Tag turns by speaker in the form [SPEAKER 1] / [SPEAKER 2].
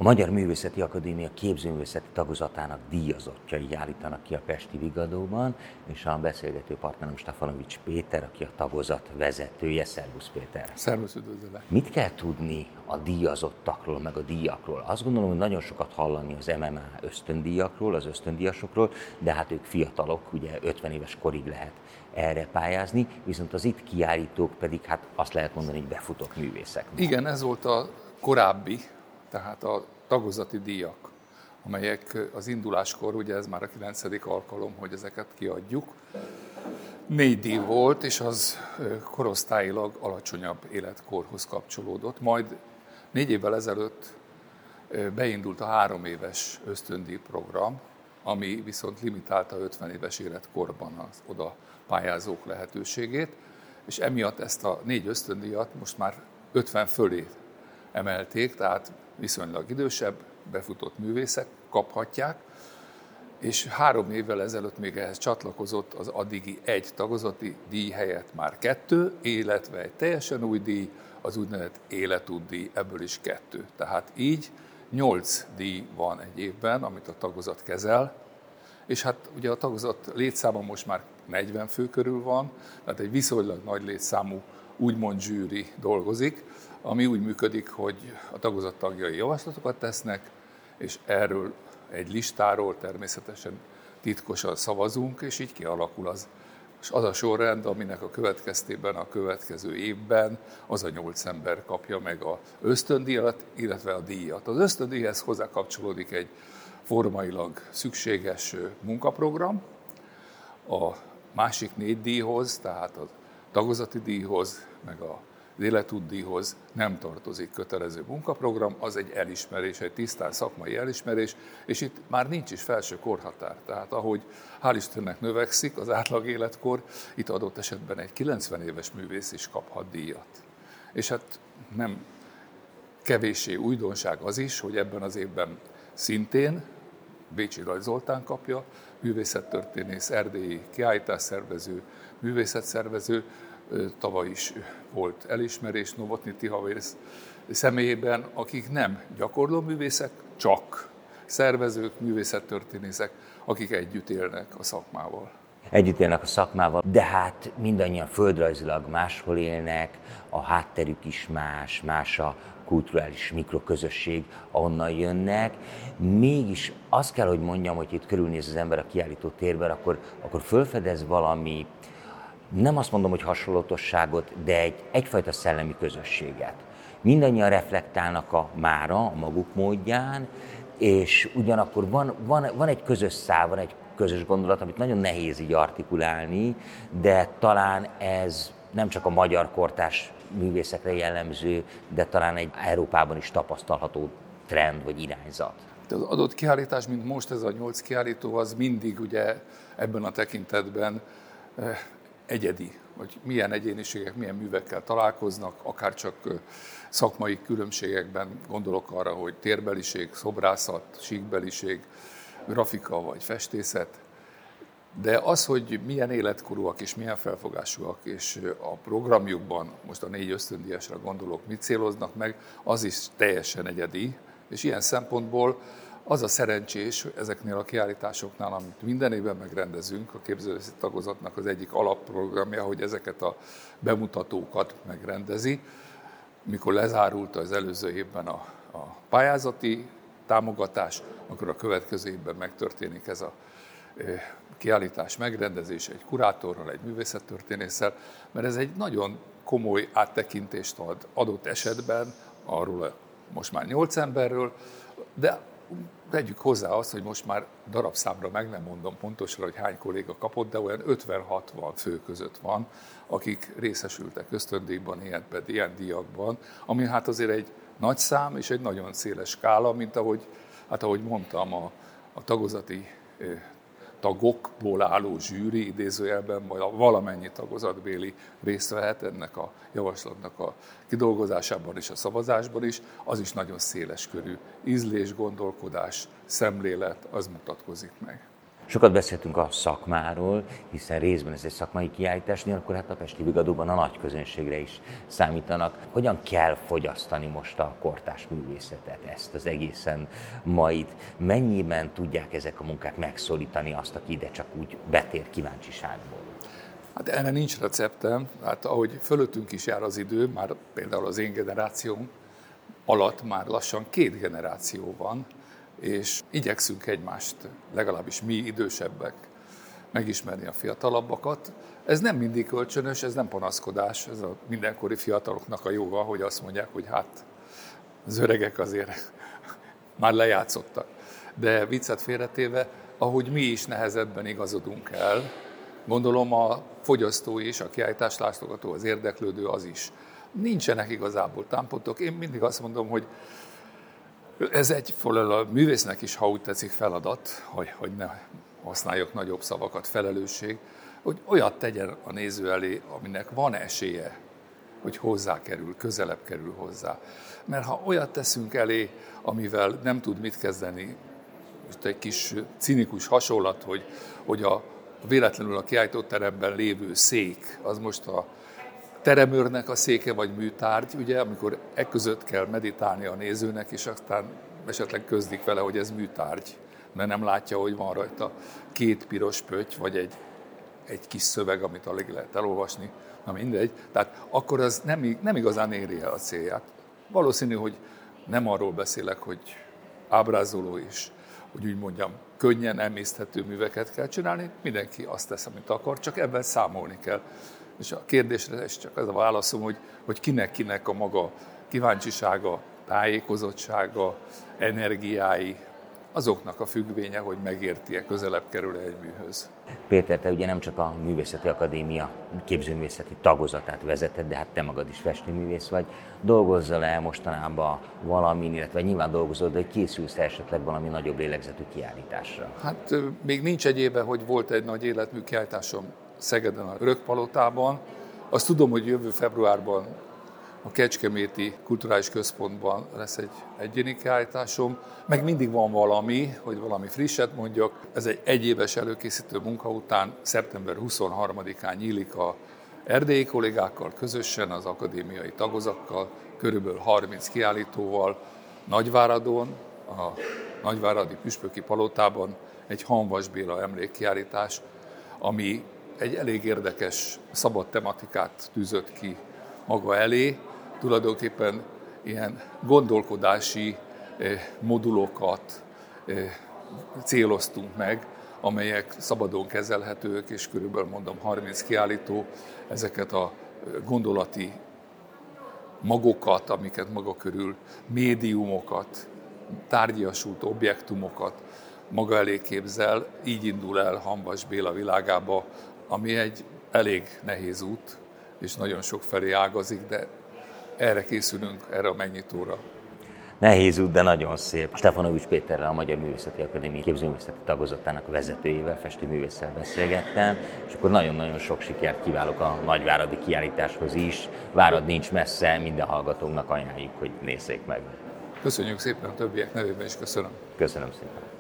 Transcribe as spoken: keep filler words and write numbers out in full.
[SPEAKER 1] A Magyar Művészeti Akadémia képzőművészeti tagozatának díjazottjai állítanak ki a Pesti Vigadóban, és a beszélgető partnerem Stefanovics Péter, aki a tagozat vezetője. Szervusz Péter!
[SPEAKER 2] Szervusz, üdvözöllek!
[SPEAKER 1] Mit kell tudni a díjazottakról, meg a díjakról? Azt gondolom, hogy nagyon sokat hallani az em em á ösztöndíjakról, az ösztöndíjasokról, de hát ők fiatalok, ugye ötven éves korig lehet erre pályázni, viszont az itt kiállítók pedig, hát azt lehet mondani, hogy befutott művészek.
[SPEAKER 2] Igen, ez volt a korábbi, tehát a tagozati díjak, amelyek az induláskor, ugye ez már a kilencedik alkalom, hogy ezeket kiadjuk. Négy díj volt, és az korosztályilag alacsonyabb életkorhoz kapcsolódott. Majd négy évvel ezelőtt beindult a három éves ösztöndíj program, ami viszont limitálta ötven éves életkorban az oda pályázók lehetőségét, és emiatt ezt a négy ösztöndíjat most már ötven fölé emelték, tehát viszonylag idősebb, befutott művészek kaphatják, és három évvel ezelőtt még ehhez csatlakozott az addigi egy tagozati díj helyett már kettő, illetve egy teljesen új díj, az úgynevezett életútdíj, ebből is kettő. Tehát így nyolc díj van egy évben, amit a tagozat kezel, és hát ugye a tagozat létszáma most már negyven fő körül van, tehát egy viszonylag nagy létszámú úgymond zsűri dolgozik, ami úgy működik, hogy a tagozat tagjai javaslatokat tesznek, és erről egy listáról természetesen titkosan szavazunk, és így kialakul az, és az a sorrend, aminek a következtében a következő évben az a nyolc ember kapja meg az ösztöndíjat, illetve a díjat. Az ösztöndíjhez hozzá kapcsolódik egy formailag szükséges munkaprogram, a másik négy díjhoz, tehát a tagozati díjhoz, meg a az életútdíjhoz nem tartozik kötelező munkaprogram, az egy elismerés, egy tisztán szakmai elismerés, és itt már nincs is felső korhatár. Tehát ahogy hál' Istennek növekszik az átlag életkor, itt adott esetben egy kilencven éves művész is kaphat díjat. És hát nem kevéssé újdonság az is, hogy ebben az évben szintén Bécsi Rajz Zoltán kapja, művészettörténész, erdélyi kiállításszervező, művészetszervező, tavaly is volt elismerés Novotny Tihavér személyében, akik nem gyakorló művészek, csak szervezők, művészettörténészek, akik együtt élnek a szakmával.
[SPEAKER 1] Együtt élnek a szakmával, de hát mindannyian földrajzilag máshol élnek, a hátterük is más, más a kulturális mikroközösség, ahonnan jönnek. Mégis azt kell, hogy mondjam, hogy itt körülnéz az ember a kiállító térben, akkor, akkor fölfedez valami, nem azt mondom, hogy hasonlatosságot, de egy, egyfajta szellemi közösséget. Mindannyian reflektálnak a mára, a maguk módján, és ugyanakkor van, van, van egy közös szál, van egy közös gondolat, amit nagyon nehéz így artikulálni, de talán ez nem csak a magyar kortárs művészekre jellemző, de talán egy Európában is tapasztalható trend vagy irányzat.
[SPEAKER 2] Az adott kiállítás, mint most ez a nyolc kiállító, az mindig ugye ebben a tekintetben egyedi, hogy milyen egyéniségek, milyen művekkel találkoznak, akár csak szakmai különbségekben, gondolok arra, hogy térbeliség, szobrászat, síkbeliség, grafika vagy festészet, de az, hogy milyen életkorúak és milyen felfogásúak, és a programjukban, most a négy ösztöndíjasra gondolok, mit céloznak meg, az is teljesen egyedi, és ilyen szempontból az a szerencsés ezeknél a kiállításoknál, amit minden évben megrendezünk, a képzőművészeti tagozatnak az egyik alapprogramja, hogy ezeket a bemutatókat megrendezi. Mikor lezárult az előző évben a, a pályázati támogatás, akkor a következő évben megtörténik ez a kiállítás megrendezése egy kurátorral, egy művészettörténésszel, mert ez egy nagyon komoly áttekintést ad adott esetben arról a most már nyolc emberről, de vegyük hozzá azt, hogy most már darabszámra meg nem mondom pontosan, hogy hány kolléga kapott, de olyan ötven-hatvan fő között van, akik részesültek ösztöndíjban, ilyen pedig ilyen díjakban, ami hát azért egy nagy szám és egy nagyon széles skála, mint ahogy, hát ahogy mondtam, a, a tagozati tagokból álló zsűri idézőjelben, vagy valamennyi tagozatbéli részt vehet ennek a javaslatnak a kidolgozásában és a szavazásban is, az is nagyon széles körű ízlés, gondolkodás, szemlélet, az mutatkozik meg.
[SPEAKER 1] Sokat beszéltünk a szakmáról, hiszen részben ez egy szakmai kiállítás, akkor hát a Pesti Vigadóban a nagy közönségre is számítanak. Hogyan kell fogyasztani most a kortárs művészetet, ezt az egészen mait? Mennyiben tudják ezek a munkák megszólítani azt, aki ide csak úgy betér kíváncsiságból?
[SPEAKER 2] Hát erre nincs receptem, hát ahogy fölöttünk is jár az idő, már például az én generációm alatt már lassan két generáció van, és igyekszünk egymást, legalábbis mi idősebbek, megismerni a fiatalabbakat. Ez nem mindig kölcsönös, ez nem panaszkodás, ez a mindenkori fiataloknak a joga, hogy azt mondják, hogy hát az öregek azért már lejátszottak. De viccet félretéve, ahogy mi is nehezebben igazodunk el, gondolom a fogyasztó is, a kiállítás látogató, az érdeklődő az is. Nincsenek igazából támpontok. Én mindig azt mondom, hogy ez egy a művésznek is, ha úgy tetszik, feladat, hogy, hogy ne használjak nagyobb szavakat, felelősség, hogy olyat tegyen a néző elé, aminek van esélye, hogy hozzákerül, közelebb kerül hozzá. Mert ha olyat teszünk elé, amivel nem tud mit kezdeni, most egy kis cinikus hasonlat, hogy, hogy a véletlenül a kiállítóteremben lévő szék, az most a teremőrnek a széke vagy műtárgy, ugye, amikor ekközött kell meditálni a nézőnek, és aztán esetleg közlik vele, hogy ez műtárgy, mert nem látja, hogy van rajta két piros pötty, vagy egy, egy kis szöveg, amit alig lehet elolvasni, na mindegy. Tehát akkor az nem, nem igazán éri el a célját. Valószínű, hogy nem arról beszélek, hogy ábrázoló is, hogy úgy mondjam, könnyen emészthető műveket kell csinálni, mindenki azt tesz, amit akar, csak ebben számolni kell. És a kérdésre is csak ez a válaszom, hogy, hogy kinek-kinek a maga kíváncsisága, tájékozottsága, energiái, azoknak a függvénye, hogy megérti-e, közelebb kerül-e egy műhöz.
[SPEAKER 1] Péter, te ugye nem csak a Művészeti Akadémia képzőművészeti tagozatát vezeted, de hát te magad is festőművész vagy. Dolgozzal el mostanában valamin, illetve nyilván dolgozol, de készülsz esetleg valami nagyobb lélegzetű kiállításra?
[SPEAKER 2] Hát még nincs egy éve, hogy volt egy nagy életmű kiállításom Szegeden a Rökkpalotában. Azt tudom, hogy jövő februárban a Kecskeméti Kulturális Központban lesz egy egyéni kiállításom. Meg mindig van valami, hogy valami frisset mondjak. Ez egy egyéves előkészítő munka után szeptember huszonharmadikán nyílik a erdélyi kollégákkal közösen, az akadémiai tagozakkal, körülbelül harminc kiállítóval Nagyváradon, a Nagyváradi Püspöki Palotában egy Hanvas Béla emlékkiállítás, ami egy elég érdekes, szabad tematikát tűzött ki maga elé. Tulajdonképpen ilyen gondolkodási modulokat céloztunk meg, amelyek szabadon kezelhetők, és körülbelül mondom harminc kiállító ezeket a gondolati magokat, amiket maga körül, médiumokat, tárgyasult objektumokat maga elé képzel, így indul el Hanvas Béla világába, ami egy elég nehéz út, és nagyon sok felé ágazik, de erre készülünk, erre a megnyitóra.
[SPEAKER 1] Nehéz út, de nagyon szép. Stefanovics Péterrel, a Magyar Művészeti Akadémia képzőművészeti tagozatának vezetőjével, festőművésszel beszélgettem, és akkor nagyon-nagyon sok sikert kívánok a nagyváradi kiállításhoz is. Várad nincs messze, minden hallgatónknak ajánljuk, hogy nézzék meg.
[SPEAKER 2] Köszönjük szépen, a többiek nevében is köszönöm.
[SPEAKER 1] Köszönöm szépen.